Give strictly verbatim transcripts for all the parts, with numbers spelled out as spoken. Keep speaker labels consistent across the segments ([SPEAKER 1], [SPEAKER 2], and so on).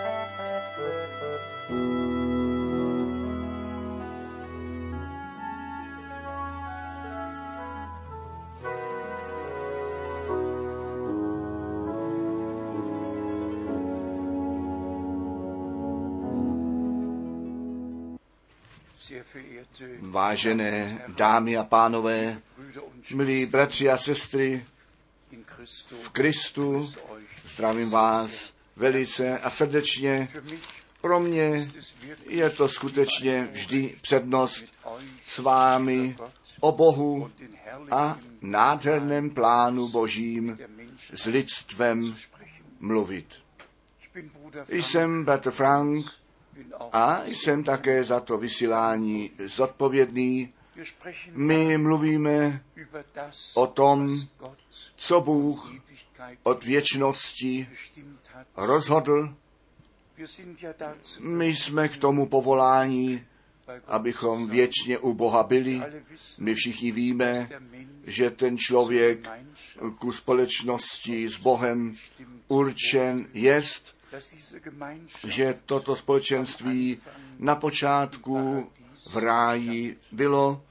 [SPEAKER 1] Vážené dámy a pánové, milí bratři a sestry v Kristu, zdravím vás velice a srdečně. Pro mě je to skutečně vždy přednost s vámi o Bohu a nádherném plánu Božím s lidstvem mluvit. Jsem bratr Frank a jsem také za to vysílání zodpovědný. My mluvíme o tom, co Bůh od věčnosti rozhodl. My jsme k tomu povoláni, abychom věčně u Boha byli. My všichni víme, že ten člověk ku společnosti s Bohem určen jest, že toto společenství na počátku v ráji bylo,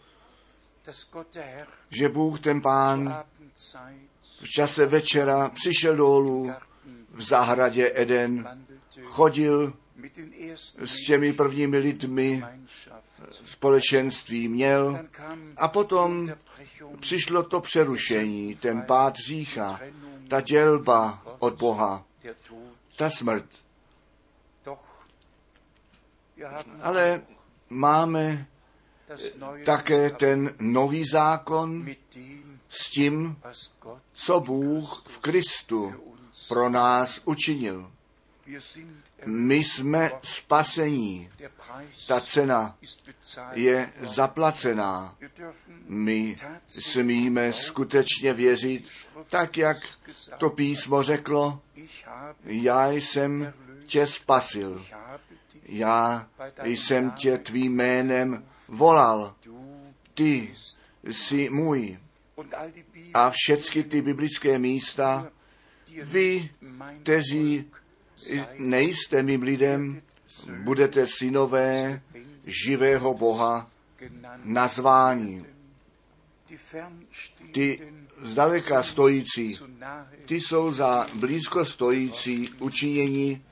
[SPEAKER 1] že Bůh ten Pán v čase večera přišel dolů v zahradě Eden, chodil s těmi prvními lidmi, společenství měl a potom přišlo to přerušení, ten pád hřícha, ta dělba od Boha, ta smrt. Ale máme také ten nový zákon s tím, co Bůh v Kristu pro nás učinil. My jsme spasení. Ta cena je zaplacená. My smíme skutečně věřit, tak jak to písmo řeklo, já jsem tě spasil. Já jsem tě tvým jménem volal. Ty jsi můj. A všechny ty biblické místa, vy, kteří nejste mým lidem, budete synové živého Boha nazváni. Ty zdaleka stojící, ty jsou za blízko stojící učinění.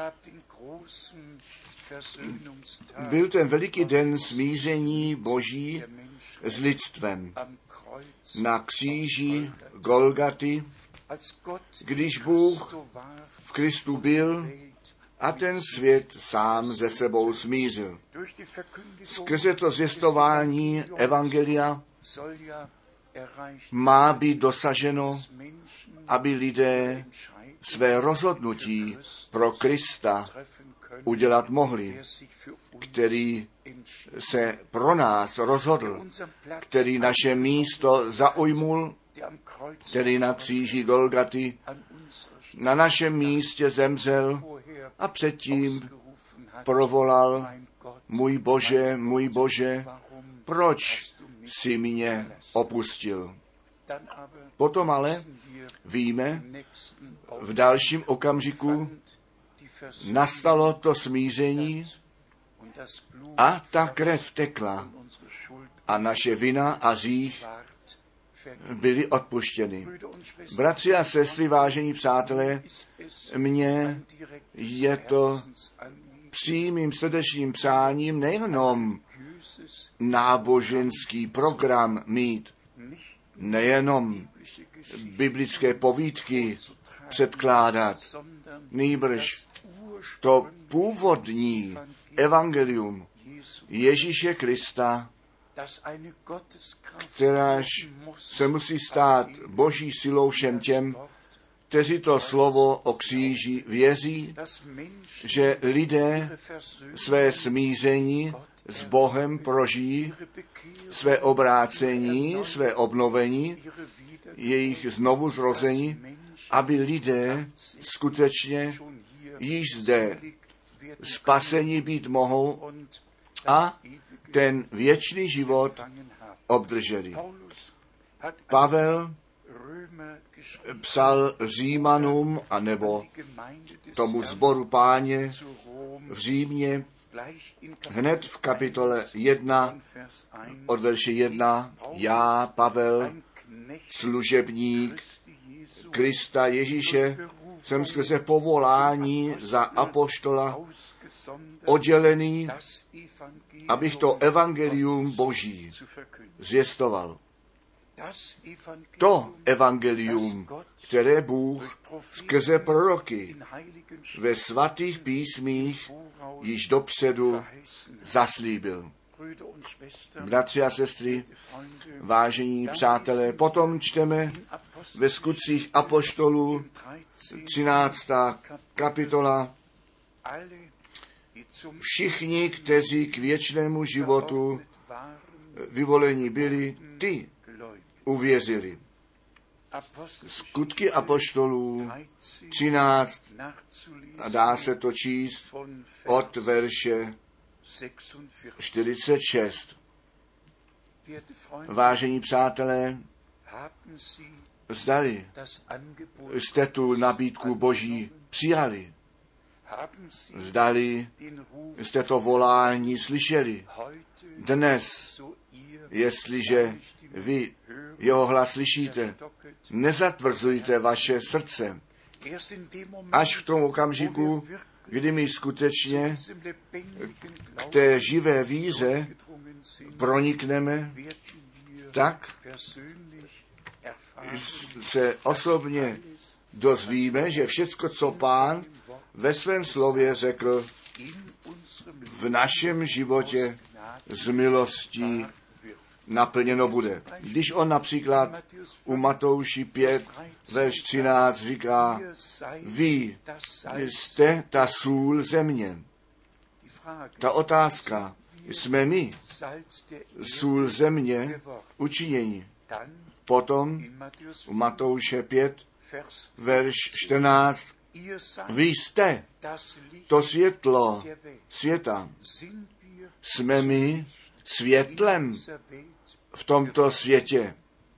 [SPEAKER 1] Byl ten veliký den smíření Boží s lidstvem na kříži Golgaty, když Bůh v Kristu byl a ten svět sám ze sebou smířil. Skrze to zvěstování evangelia má být dosaženo, aby lidé své rozhodnutí pro Krista udělat mohli, který se pro nás rozhodl, který naše místo zaujmul, který na kříži Golgaty na našem místě zemřel a předtím provolal: můj Bože, můj Bože, proč jsi mě opustil? Potom ale víme, v dalším okamžiku nastalo to smíření a ta krev tekla a naše vina a hřích byly odpuštěny. Bratři a sestry, vážení přátelé, mně je to přímým srdečním přáním nejenom náboženský program mít, nejenom biblické povídky předkládat, nýbrž to původní evangelium Ježíše Krista, kteráž se musí stát Boží silou všem těm, kteří to slovo o kříži věří, že lidé své smíření s Bohem prožijí, své obrácení, své obnovení, jejich znovu zrození, aby lidé skutečně již zde spasení být mohou a ten věčný život obdrželi. Pavel psal Římanům anebo tomu sboru Páně v Římě, hned v kapitole jedna od verše jedna, já, Pavel, služebník Krista Ježíše, jsem skrze povolání za apoštola oddělený, abych to evangelium Boží zvěstoval. To evangelium, které Bůh skrze proroky ve svatých písmích již dopředu zaslíbil. Bratři a sestry, vážení přátelé, potom čteme ve Skutcích apoštolů třináctá kapitola. Všichni, kteří k věčnému životu vyvolení byli, ty uvěřili. Skutky apoštolů třináct, a dá se to číst od verše čtyřicet šest. Vážení přátelé, zdali jste tu nabídku Boží přijali, zdali jste to volání slyšeli. Dnes, jestliže vy jeho hlas slyšíte, nezatvrzujte vaše srdce. Až v tom okamžiku, kdy my skutečně k té živé víře pronikneme, tak se osobně dozvíme, že všecko, co Pán ve svém slově řekl, v našem životě z milostí naplněno bude. Když on například u Matouši pět, verš třináct říká, vy jste ta sůl země. Ta otázka, jsme my sůl země učinění. Potom u Matouše pět, verš čtrnáct, vy jste to světlo světa. Jsme my světlem v tomto světě.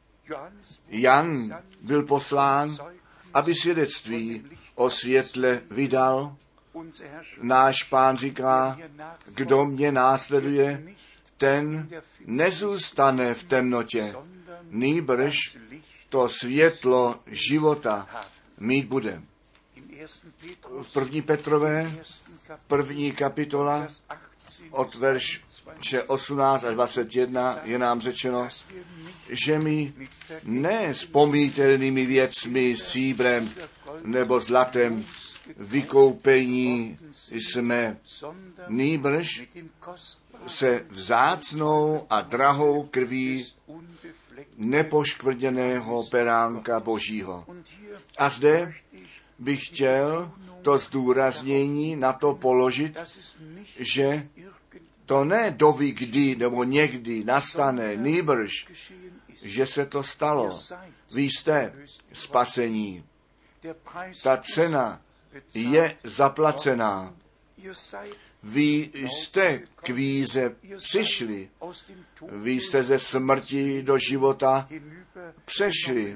[SPEAKER 1] Jan byl poslán, aby svědectví o světle vydal. Náš Pán říká, kdo mě následuje, ten nezůstane v temnotě, nýbrž to světlo života mít bude. V první Petrové, první kapitola, od verše osmnáct až dvacet jedna je nám řečeno, že my ne s pomítelnými věcmi, stříbrem nebo zlatem vykoupení jsme, nýbrž se vzácnou a drahou krví nepoškvrněného beránka Božího. A zde bych chtěl to zdůraznění na to položit, že to ne doví kdy nebo někdy nastane, nýbrž, že se to stalo. Vy jste spasení. Ta cena je zaplacená. Vy jste k víře přišli. Vy jste ze smrti do života přešli.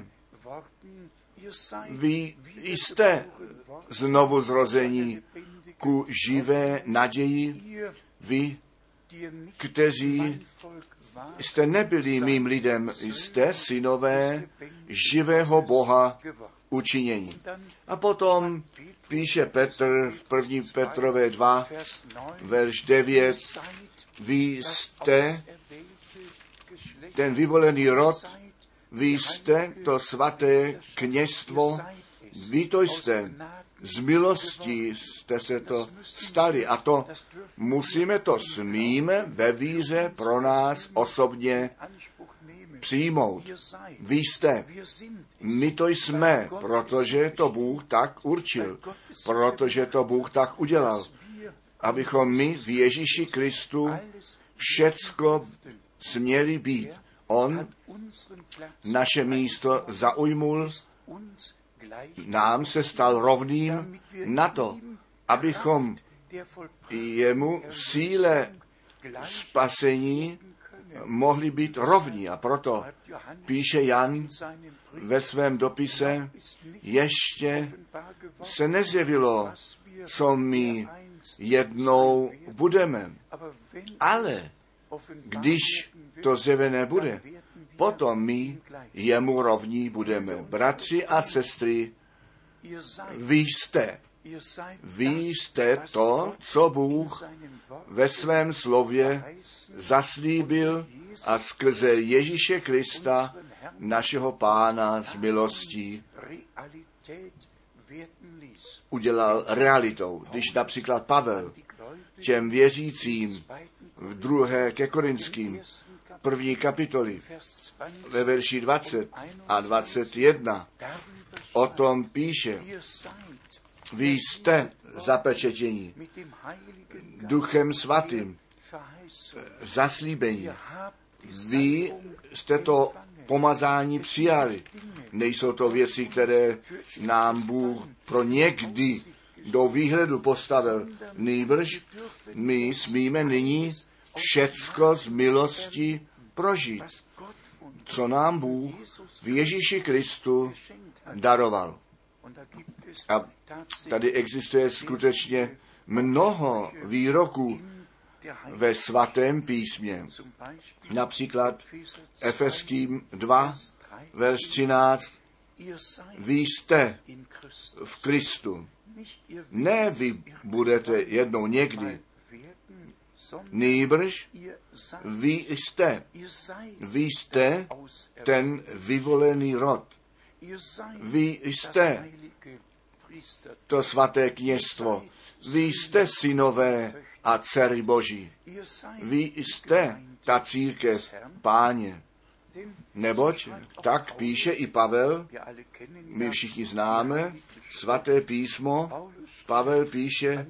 [SPEAKER 1] Vy jste znovu zrození ku živé naději. Vy, kteří jste nebyli mým lidem, jste synové živého Boha učinění. A potom píše Petr v první Petrové dva, verš devět, vy jste ten vyvolený rod, vy jste to svaté kněžstvo, vy to jste, z milostí jste se to stali a to musíme, to smíme ve víře pro nás osobně přijmout. Vy jste, my to jsme, protože to Bůh tak určil, protože to Bůh tak udělal, abychom my v Ježíši Kristu všecko směli být. On naše místo zaujmul, nám se stal rovným na to, abychom jemu v síle spasení mohli být rovní. A proto píše Jan ve svém dopise, ještě se nezjevilo, co my jednou budeme. Ale když to zjevené bude, potom my jemu rovní budeme. Bratři a sestry, vy jste. Vy jste to, co Bůh ve svém slově zaslíbil a skrze Ježíše Krista, našeho Pána z milostí, udělal realitou. Když například Pavel těm věřícím v druhé ke Korinským první kapitoly ve verši dvacet a dvacet jedna o tom píše, vy jste zapečetění Duchem Svatým, zaslíbení. Vy jste to pomazání přijali. Nejsou to věci, které nám Bůh pro někdy do výhledu postavil. Nýbrž my smíme nyní všecko z milosti prožít, co nám Bůh v Ježíši Kristu daroval. A tady existuje skutečně mnoho výroků ve svatém písmě. Například Efeským dva, verš třináct, vy jste v Kristu. Ne vy budete jednou někdy, nýbrž vy jste. Vy jste ten vyvolený rod. Vy jste to svaté kněžstvo. Vy jste synové a dcery Boží. Vy jste ta církev Páně. Neboť tak píše i Pavel, my všichni známe svaté písmo, Pavel píše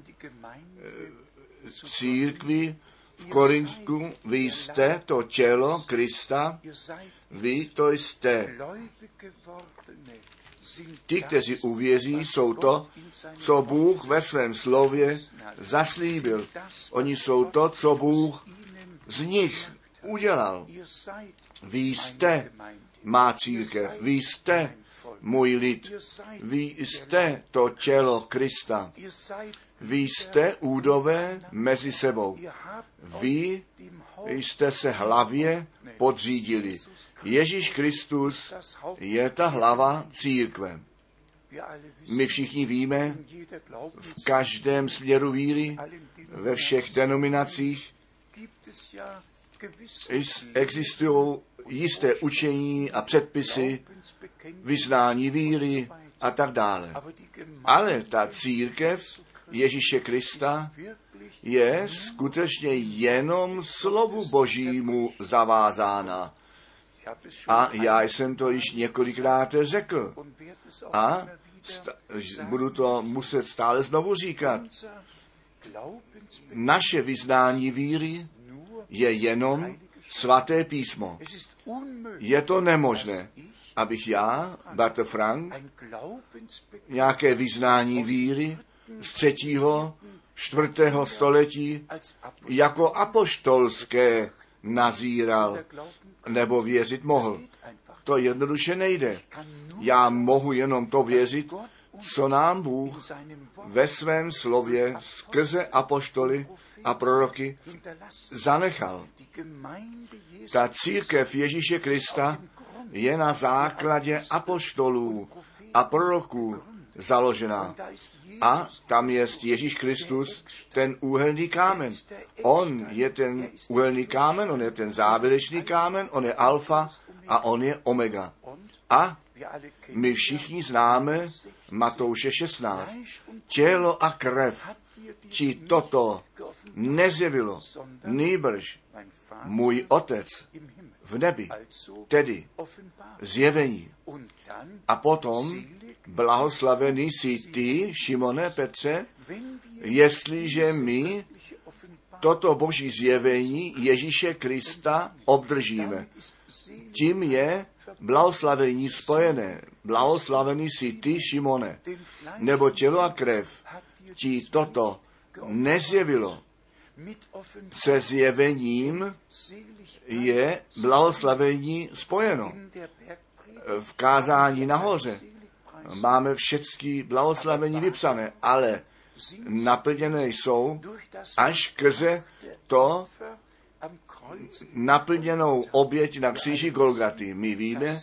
[SPEAKER 1] církvi v Korintsku, vy jste to tělo Krista, vy to jste. Ti, kteří uvěří, jsou to, co Bůh ve svém slově zaslíbil. Oni jsou to, co Bůh z nich udělal. Vy jste má církev, vy jste můj lid, vy jste to tělo Krista. Vy jste údové mezi sebou. Vy jste se hlavě podřídili. Ježíš Kristus je ta hlava církve. My všichni víme, v každém směru víry, ve všech denominacích existují jisté učení a předpisy, vyznání víry a tak dále. Ale ta církev Ježíše Krista je skutečně jenom slovu Božímu zavázána. A já jsem to již několikrát řekl. A sta- budu to muset stále znovu říkat. Naše vyznání víry je jenom svaté písmo. Je to nemožné, abych já, bratr Frank, nějaké vyznání víry z třetího, čtvrtého století jako apoštolské nazíral nebo věřit mohl. To jednoduše nejde. Já mohu jenom to věřit, co nám Bůh ve svém slově skrze apoštoly a proroky zanechal. Ta církev Ježíše Krista je na základě apoštolů a proroků založená. A tam je Ježíš Kristus, ten úhelný kámen. On je ten úhelný kámen, on je ten závěrečný kámen, on je alfa a on je omega. A my všichni známe Matouše šestnáct. Tělo a krev ti toto nezjevilo, nýbrž můj Otec v nebi, tedy zjevení. A potom blahoslavený jsi ty, Šimone Petře, jestliže my toto boží zjevení Ježíše Krista obdržíme. Tím je blahoslavení spojené. Blahoslavený jsi ty, Šimone, nebo tělo a krev ti toto nezjevilo, se zjevením je blahoslavení spojeno. V kázání nahoře máme všechny blahoslavení vypsané, ale naplněné jsou až skrze to naplněnou oběť na kříži Golgaty. My víme,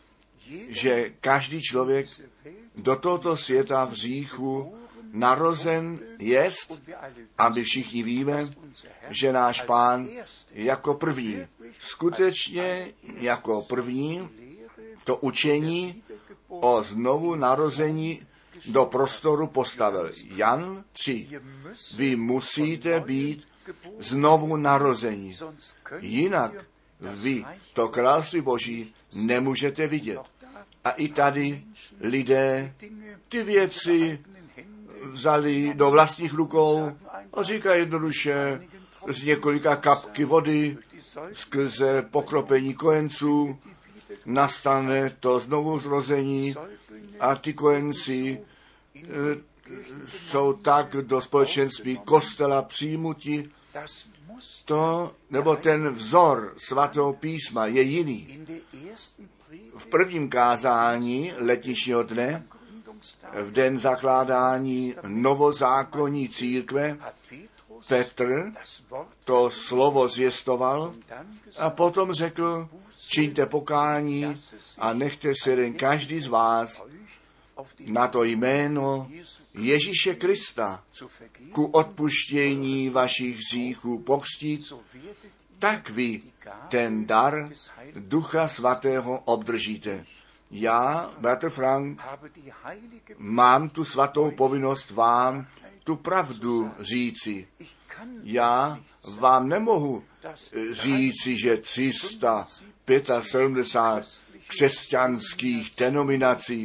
[SPEAKER 1] že každý člověk do tohoto světa v hříchu narozen jest a my všichni víme, že náš Pán jako první, skutečně jako první to učení o znovu narození do prostoru postavil. Jan tři. Vy musíte být znovu narození. Jinak vy to království Boží nemůžete vidět. A i tady lidé ty věci vzali do vlastních rukou a říkají jednoduše z několika kapky vody skrze pokropení kojenců nastane to znovu zrození a ty kojenci e, jsou tak do společenství kostela přijmuti. To, nebo ten vzor svatého písma je jiný. V prvním kázání letničního dne, v den zakládání novozákonní církve, Petr to slovo zvěstoval a potom řekl, čiňte pokání a nechte se jeden každý z vás na to jméno Ježíše Krista ku odpuštění vašich hříchů pokřtít, tak vy ten dar Ducha Svatého obdržíte. Já, bratr Frank, mám tu svatou povinnost vám tu pravdu říci. Já vám nemohu říci, že tři sta sedmdesát pět křesťanských denominací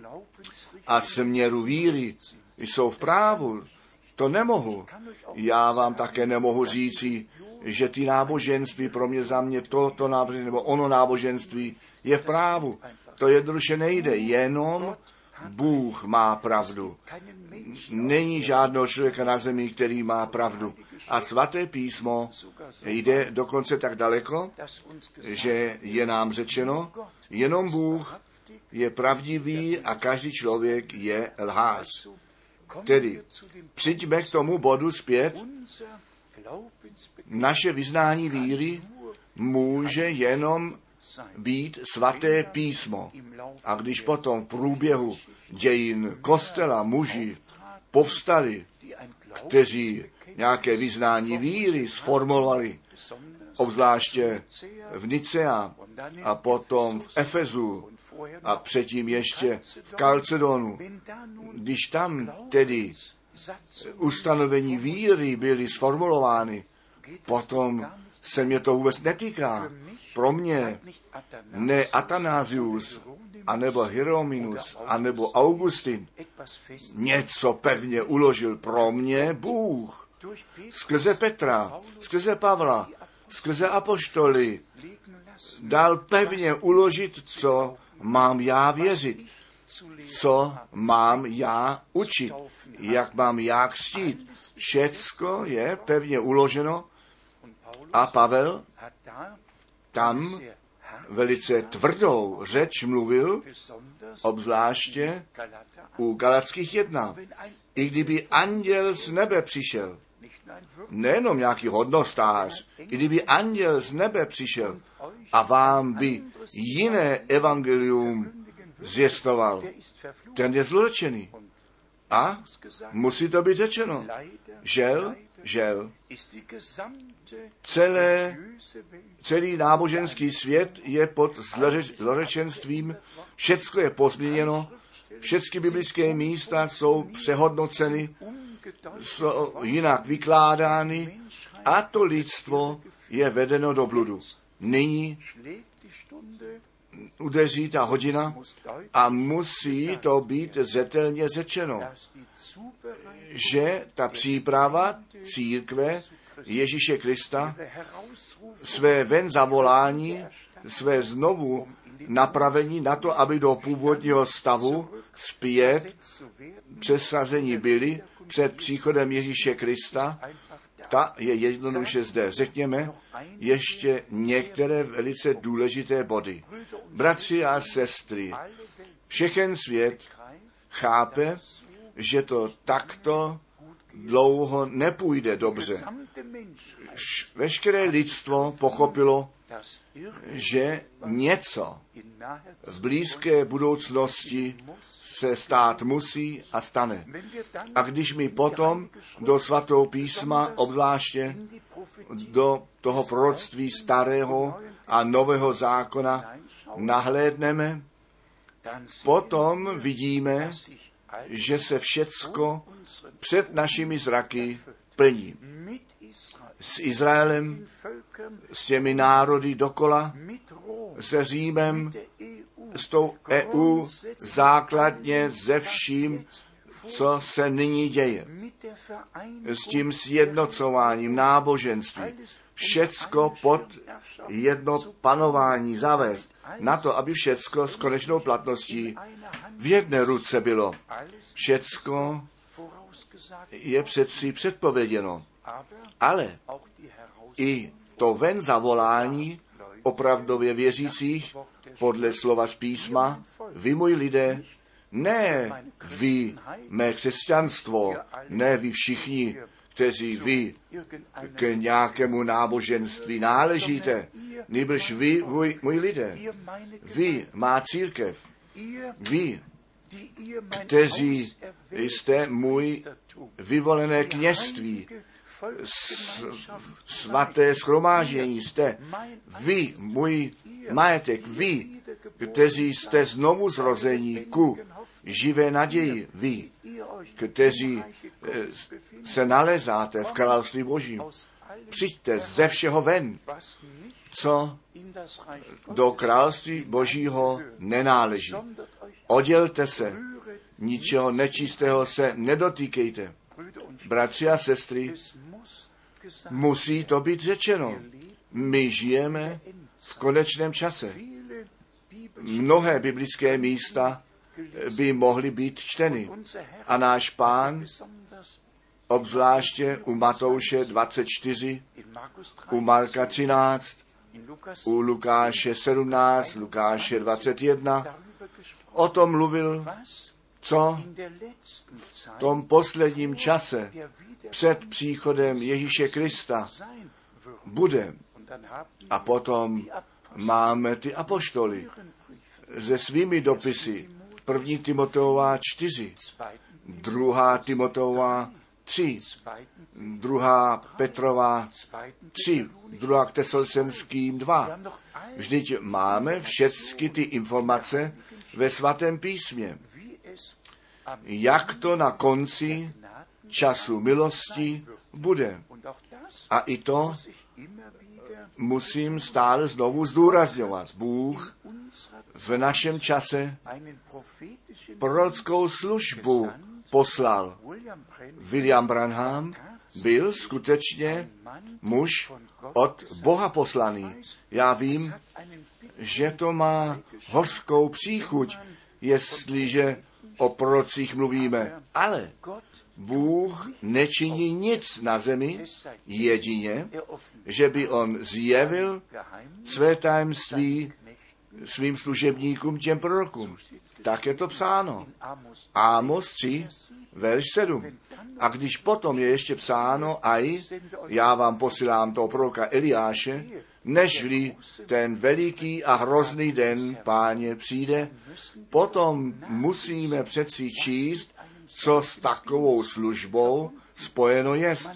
[SPEAKER 1] a směru víry jsou v právu. To nemohu. Já vám také nemohu říci, že ty náboženství pro mě za mě toto náboženství nebo ono náboženství je v právu. To jednoduše nejde. Jenom Bůh má pravdu. Není žádného člověka na zemi, který má pravdu. A svaté písmo jde dokonce tak daleko, že je nám řečeno, jenom Bůh je pravdivý a každý člověk je lhář. Tedy přijďme k tomu bodu zpět. Naše vyznání víry může jenom být svaté písmo. A když potom v průběhu dějin kostela muži povstali, kteří nějaké vyznání víry sformulovali, obzvláště v Nicea a potom v Efezu a předtím ještě v Kalcedonu, když tam tedy ustanovení víry byly sformulovány, potom se mě to vůbec netýká. Pro mě ne Atanazius, anebo Hierominus, anebo Augustin něco pevně uložil. Pro mě Bůh. Skrze Petra, skrze Pavla, skrze apoštoly dal pevně uložit, co mám já věřit, co mám já učit, jak mám já křtít. Všecko je pevně uloženo a Pavel tam velice tvrdou řeč mluvil, obzvláště u Galatských jedna. I kdyby anděl z nebe přišel, nejenom nějaký hodnostář, i kdyby anděl z nebe přišel a vám by jiné evangelium zvěstoval, ten je zlorečený. A musí to být řečeno. Žel, žel, celé, celý náboženský svět je pod zlorečenstvím, všecko je pozměněno, všechny biblické místa jsou přehodnoceny, jsou jinak vykládány a to lidstvo je vedeno do bludu. Nyní udeří ta hodina a musí to být zřetelně řečeno, že ta příprava církve Ježíše Krista, své ven zavolání, své znovu napravení na to, aby do původního stavu zpět přesazení byli před příchodem Ježíše Krista, ta je jednoduše zde. Řekněme ještě některé velice důležité body. Bratři a sestry, všechen svět chápe, že to takto dlouho nepůjde dobře. Veškeré lidstvo pochopilo, že něco v blízké budoucnosti se stát musí a stane. A když my potom do svatého písma, obzvláště do toho proroctví starého a nového zákona nahlédneme, potom vidíme, že se všecko před našimi zraky plní. S Izraelem, s těmi národy dokola, se Římem, s tou E U, základně ze vším, co se nyní děje. S tím sjednocováním náboženství. Všecko pod jedno panování zavést. Na to, aby všecko s konečnou platností v jedné ruce bylo. Všecko je přeci předpověděno. Ale i to ven zavolání opravdově věřících podle slova z písma, vy, můj lidé, ne vy, mé křesťanstvo, ne vy všichni, kteří vy k nějakému náboženství náležíte, nýbrž vy, můj, můj lidé, vy, má církev, vy, kteří jste můj vyvolené kněžství, svaté shromáždění jste, vy, můj majetek, vy, kteří jste znovu zrození ku živé naději, vy, kteří se nalezáte v království Božím, přijďte ze všeho ven, co do království Božího nenáleží. Oddělte se, ničeho nečistého se nedotýkejte. Bratři a sestry, musí to být řečeno. My žijeme v konečném čase. Mnohé biblické místa by mohly být čteny. A náš Pán, obzvláště u Matouše dvacet čtyři, u Marka třináct, u Lukáše sedmnáct, Lukáše dvacet jedna, o tom mluvil, co v tom posledním čase před příchodem Ježíše Krista bude. A potom máme ty apoštoly se svými dopisy. První Timoteová čtyři, druhá Timoteová tři, druhá Petrová tři, druhá k Tesalonickým dva. Vždyť máme všechny ty informace ve svatém písmě. Jak to na konci času milosti bude. A i to musím stále znovu zdůrazňovat. Bůh v našem čase prorockou službu poslal. William Branham byl skutečně muž od Boha poslaný. Já vím, že to má hořkou příchuť, jestliže o prorocích mluvíme. Ale Bůh nečiní nic na zemi, jedině, že by on zjevil své tajemství svým služebníkům, těm prorokům. Tak je to psáno. Amos tři, verš sedm. A když potom je ještě psáno, aj já vám posílám toho proroka Eliáše, nežli ten veliký a hrozný den Páně přijde, potom musíme přeci číst, co s takovou službou spojeno jest.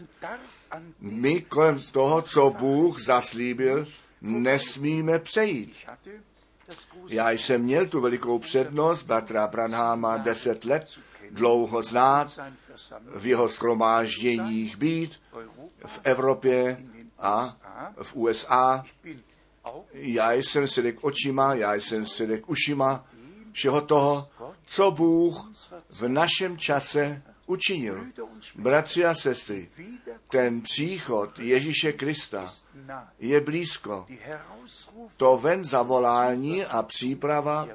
[SPEAKER 1] My kolem toho, co Bůh zaslíbil, nesmíme přejít. Já jsem měl tu velikou přednost bratra Branhama deset let dlouho znát, v jeho shromážděních být, v Evropě a v U S A. Já jsem svědek očima, já jsem svědek ušima všeho toho, co Bůh v našem čase učinil. Bratři a sestry, ten příchod Ježíše Krista je blízko. To ven zavolání a příprava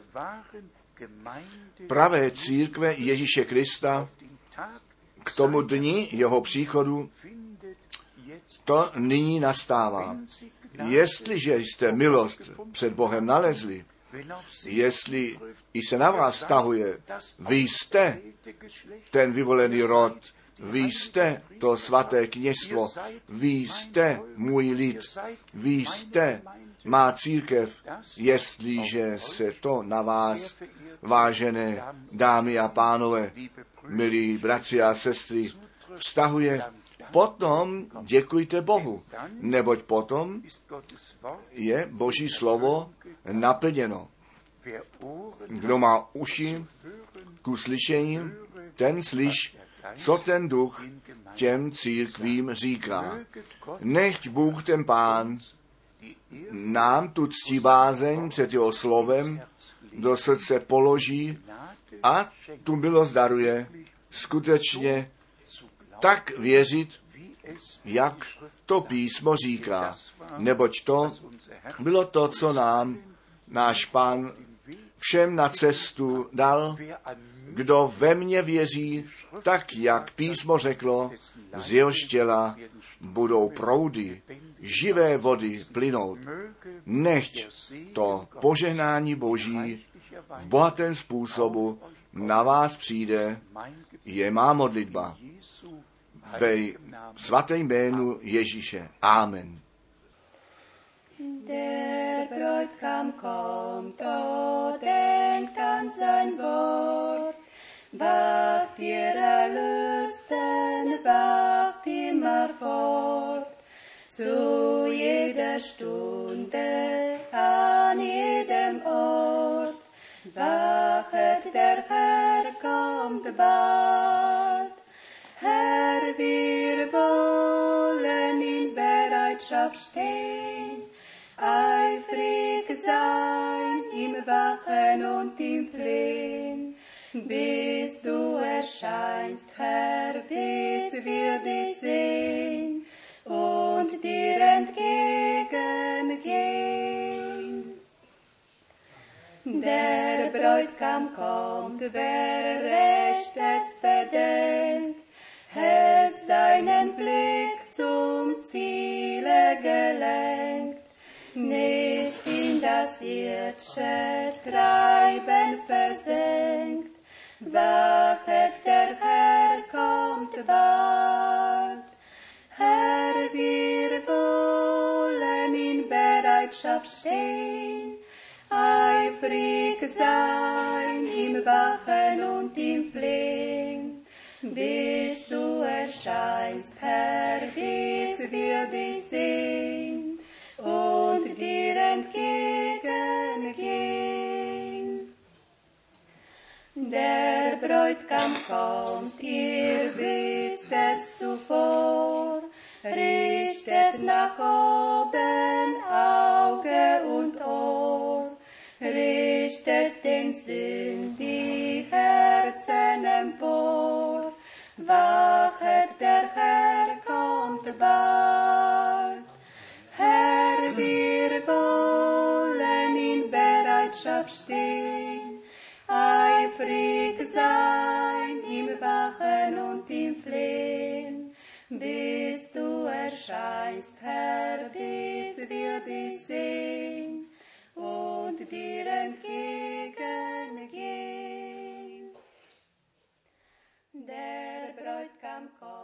[SPEAKER 1] pravé církve Ježíše Krista k tomu dni jeho příchodu to nyní nastává. Jestliže jste milost před Bohem nalezli, jestli i se na vás vztahuje, vy jste ten vyvolený rod, vy jste to svaté kněžstvo, vy jste můj lid, vy jste má církev, jestliže se to na vás, vážené dámy a pánové, milí bratři a sestry, vztahuje, potom děkujte Bohu, neboť potom je Boží slovo naplněno. Kdo má uši ku slyšení, ten slyš, co ten duch těm církvím říká. Nechť Bůh ten Pán nám tu ctí bázeň před jeho slovem do srdce položí a tu milost daruje skutečně tak věřit, jak to písmo říká. Neboť to bylo to, co nám náš Pán všem na cestu dal, kdo ve mně věří, tak jak písmo řeklo, z jehož těla budou proudy živé vody plynout. Nechť to požehnání Boží v bohatém způsobu na vás přijde, je má modlitba. Ve svatém jménu Ježíše. Amen.
[SPEAKER 2] Der Bräutigam kommt, o denkt an sein Wort, wacht ihr Erlösten, wacht immer fort, zu jeder Stunde, an jedem Ort, wachet, der Herr kommt bald. Herr, wir wollen in Bereitschaft stehen, eifrig sein im Wachen und im Flehen, bis du erscheinst, Herr, bis wir dich sehen und dir entgegengehen. Der Bräutigam kommt, wer recht es bedenkt, hält seinen Blick zum Ziele gelenkt, nicht in das irdische Treiben versenkt. Wachet, der Herr kommt bald. Herr, wir wollen in Bereitschaft stehen, eifrig sein im Wachen und im Flehen, bis du erscheinst, Herr, bis wir dich sehen und dir entgegengehen. Der Bräutigam kommt, ihr wisst es zuvor, richtet nach oben Auge und Ohr, richtet den Sinn die Herzen empor. Wachet, der Herr kommt bald. Herr, wir wollen in Bereitschaft stehen, eifrig sein im Wachen und im Flehen, bis du erscheinst, Herr, bis wir dich sehen und dir entgegengehen. Der Bräutigam kommt.